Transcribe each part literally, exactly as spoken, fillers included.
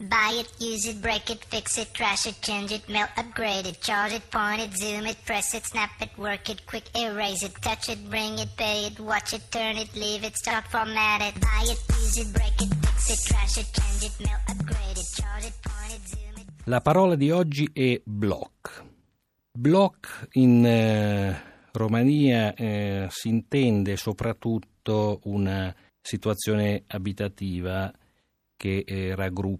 Buy it, use it, break it, fix it, trash it, change it, melt, upgrade it, charge it, point it, zoom it, press it, snap it, work it, quick erase it, touch it, bring it, pay it, watch it, turn it, leave it, start, format it. Buy it, use it, break it, fix it, trash it, change it, melt, upgrade it, charge it, point it, zoom it. La parola di oggi è block. Block in eh, Romania eh, si intende soprattutto una situazione abitativa che eh, raggruppa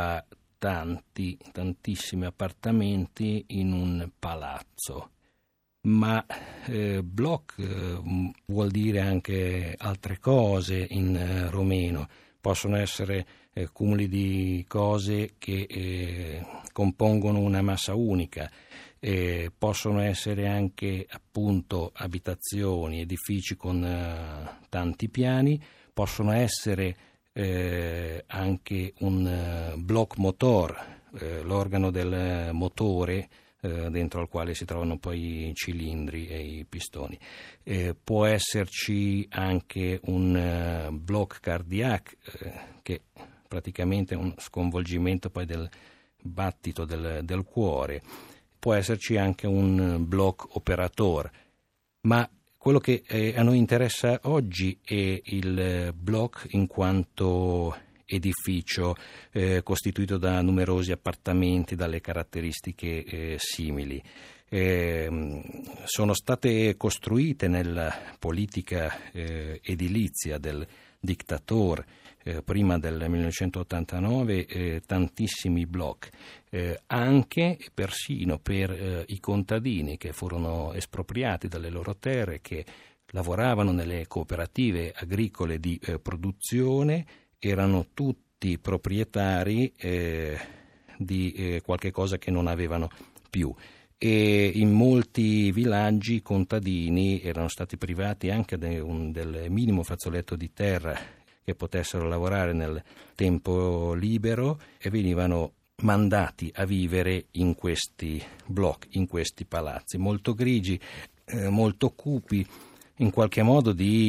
tanti, tantissimi appartamenti in un palazzo. Ma eh, block eh, vuol dire anche altre cose in eh, romeno. Possono essere eh, cumuli di cose che eh, compongono una massa unica. Eh, possono essere anche appunto abitazioni, edifici con eh, tanti piani, possono essere eh, anche un uh, block motor, eh, l'organo del motore eh, dentro al quale si trovano poi i cilindri e i pistoni. Eh, può esserci anche un uh, block cardiac, eh, che praticamente è un sconvolgimento poi del battito del, del cuore. Può esserci anche un block operator, ma quello che eh, a noi interessa oggi è il block in quanto edificio eh, costituito da numerosi appartamenti dalle caratteristiche eh, simili. Eh, sono state costruite nella politica eh, edilizia del dictator eh, prima del millenovecentottantanove eh, tantissimi block, eh, anche e persino per eh, i contadini che furono espropriati dalle loro terre, che lavoravano nelle cooperative agricole di eh, produzione, erano tutti proprietari eh, di eh, qualche cosa che non avevano più. E in molti villaggi i contadini erano stati privati anche de un, del minimo fazzoletto di terra che potessero lavorare nel tempo libero, e venivano mandati a vivere in questi block, in questi palazzi molto grigi, eh, molto cupi, in qualche modo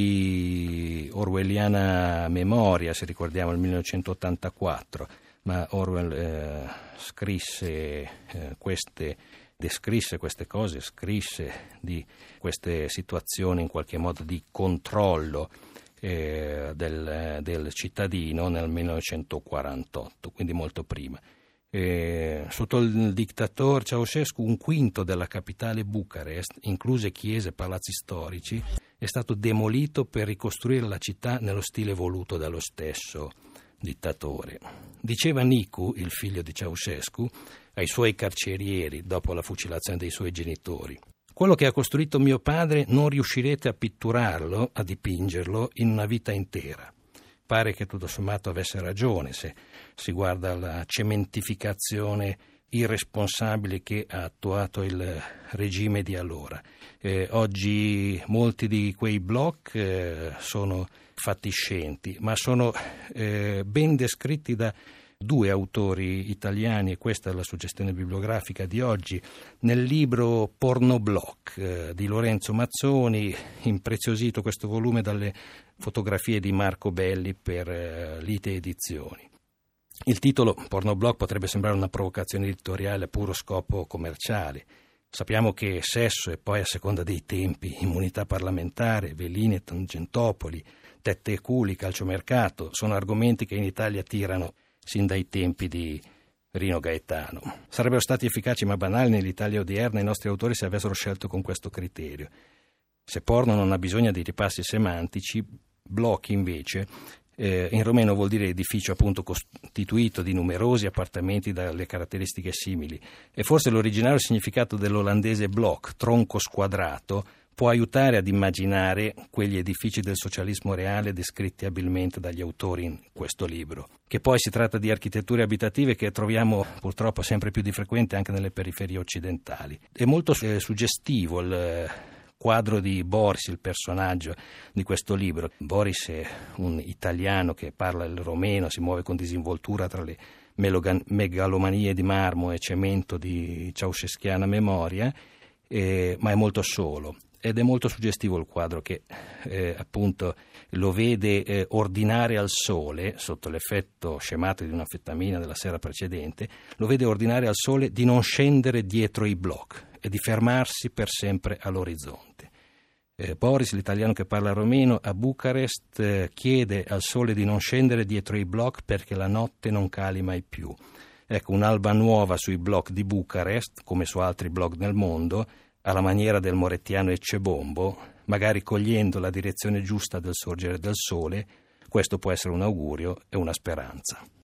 di orwelliana memoria, se ricordiamo il millenovecentottantaquattro, ma Orwell eh, scrisse eh, queste descrisse queste cose, scrisse di queste situazioni in qualche modo di controllo eh, del, del cittadino nel millenovecentoquarantotto, quindi molto prima. Eh, sotto il dittatore Ceausescu un quinto della capitale Bucarest, incluse chiese e palazzi storici, è stato demolito per ricostruire la città nello stile voluto dallo stesso dittatore. Diceva Nicu, il figlio di Ceausescu, ai suoi carcerieri dopo la fucilazione dei suoi genitori: quello che ha costruito mio padre non riuscirete a pitturarlo, a dipingerlo in una vita intera. Pare che tutto sommato avesse ragione se si guarda la cementificazione irresponsabile che ha attuato il regime di allora. Eh, oggi molti di quei block eh, sono fatiscenti, ma sono eh, ben descritti da due autori italiani, e questa è la suggestione bibliografica di oggi, nel libro Pornoblock eh, di Lorenzo Mazzoni, impreziosito questo volume dalle fotografie di Marco Belli per eh, Lite Edizioni. Il titolo Pornoblock potrebbe sembrare una provocazione editoriale a puro scopo commerciale. Sappiamo che sesso e poi, a seconda dei tempi, immunità parlamentare, velini e tangentopoli, tette e culi, calciomercato, sono argomenti che in Italia tirano sin dai tempi di Rino Gaetano. Sarebbero stati efficaci ma banali nell'Italia odierna i nostri autori se avessero scelto con questo criterio. Se porno non ha bisogno di ripassi semantici, blocchi invece eh, in romeno vuol dire edificio appunto costituito di numerosi appartamenti dalle caratteristiche simili, e forse l'originario significato dell'olandese block, tronco squadrato, può aiutare ad immaginare quegli edifici del socialismo reale descritti abilmente dagli autori in questo libro. Che poi si tratta di architetture abitative che troviamo purtroppo sempre più di frequente anche nelle periferie occidentali. È molto eh, suggestivo il eh, quadro di Boris, il personaggio di questo libro. Boris è un italiano che parla il romeno, si muove con disinvoltura tra le melogan- megalomanie di marmo e cemento di ceauseschiana memoria, eh, ma è molto solo. ed è molto suggestivo il quadro che eh, appunto lo vede eh, ordinare al sole, sotto l'effetto scematico di un'anfetamina della sera precedente, lo vede ordinare al sole di non scendere dietro i blocchi e di fermarsi per sempre all'orizzonte. Eh, Boris, l'italiano che parla romeno, a Bucarest eh, chiede al sole di non scendere dietro i blocchi perché la notte non cali mai più. Ecco, un'alba nuova sui blocchi di Bucarest, come su altri blocchi nel mondo, alla maniera del morettiano Ecce-Bombo, magari cogliendo la direzione giusta del sorgere del sole. Questo può essere un augurio e una speranza.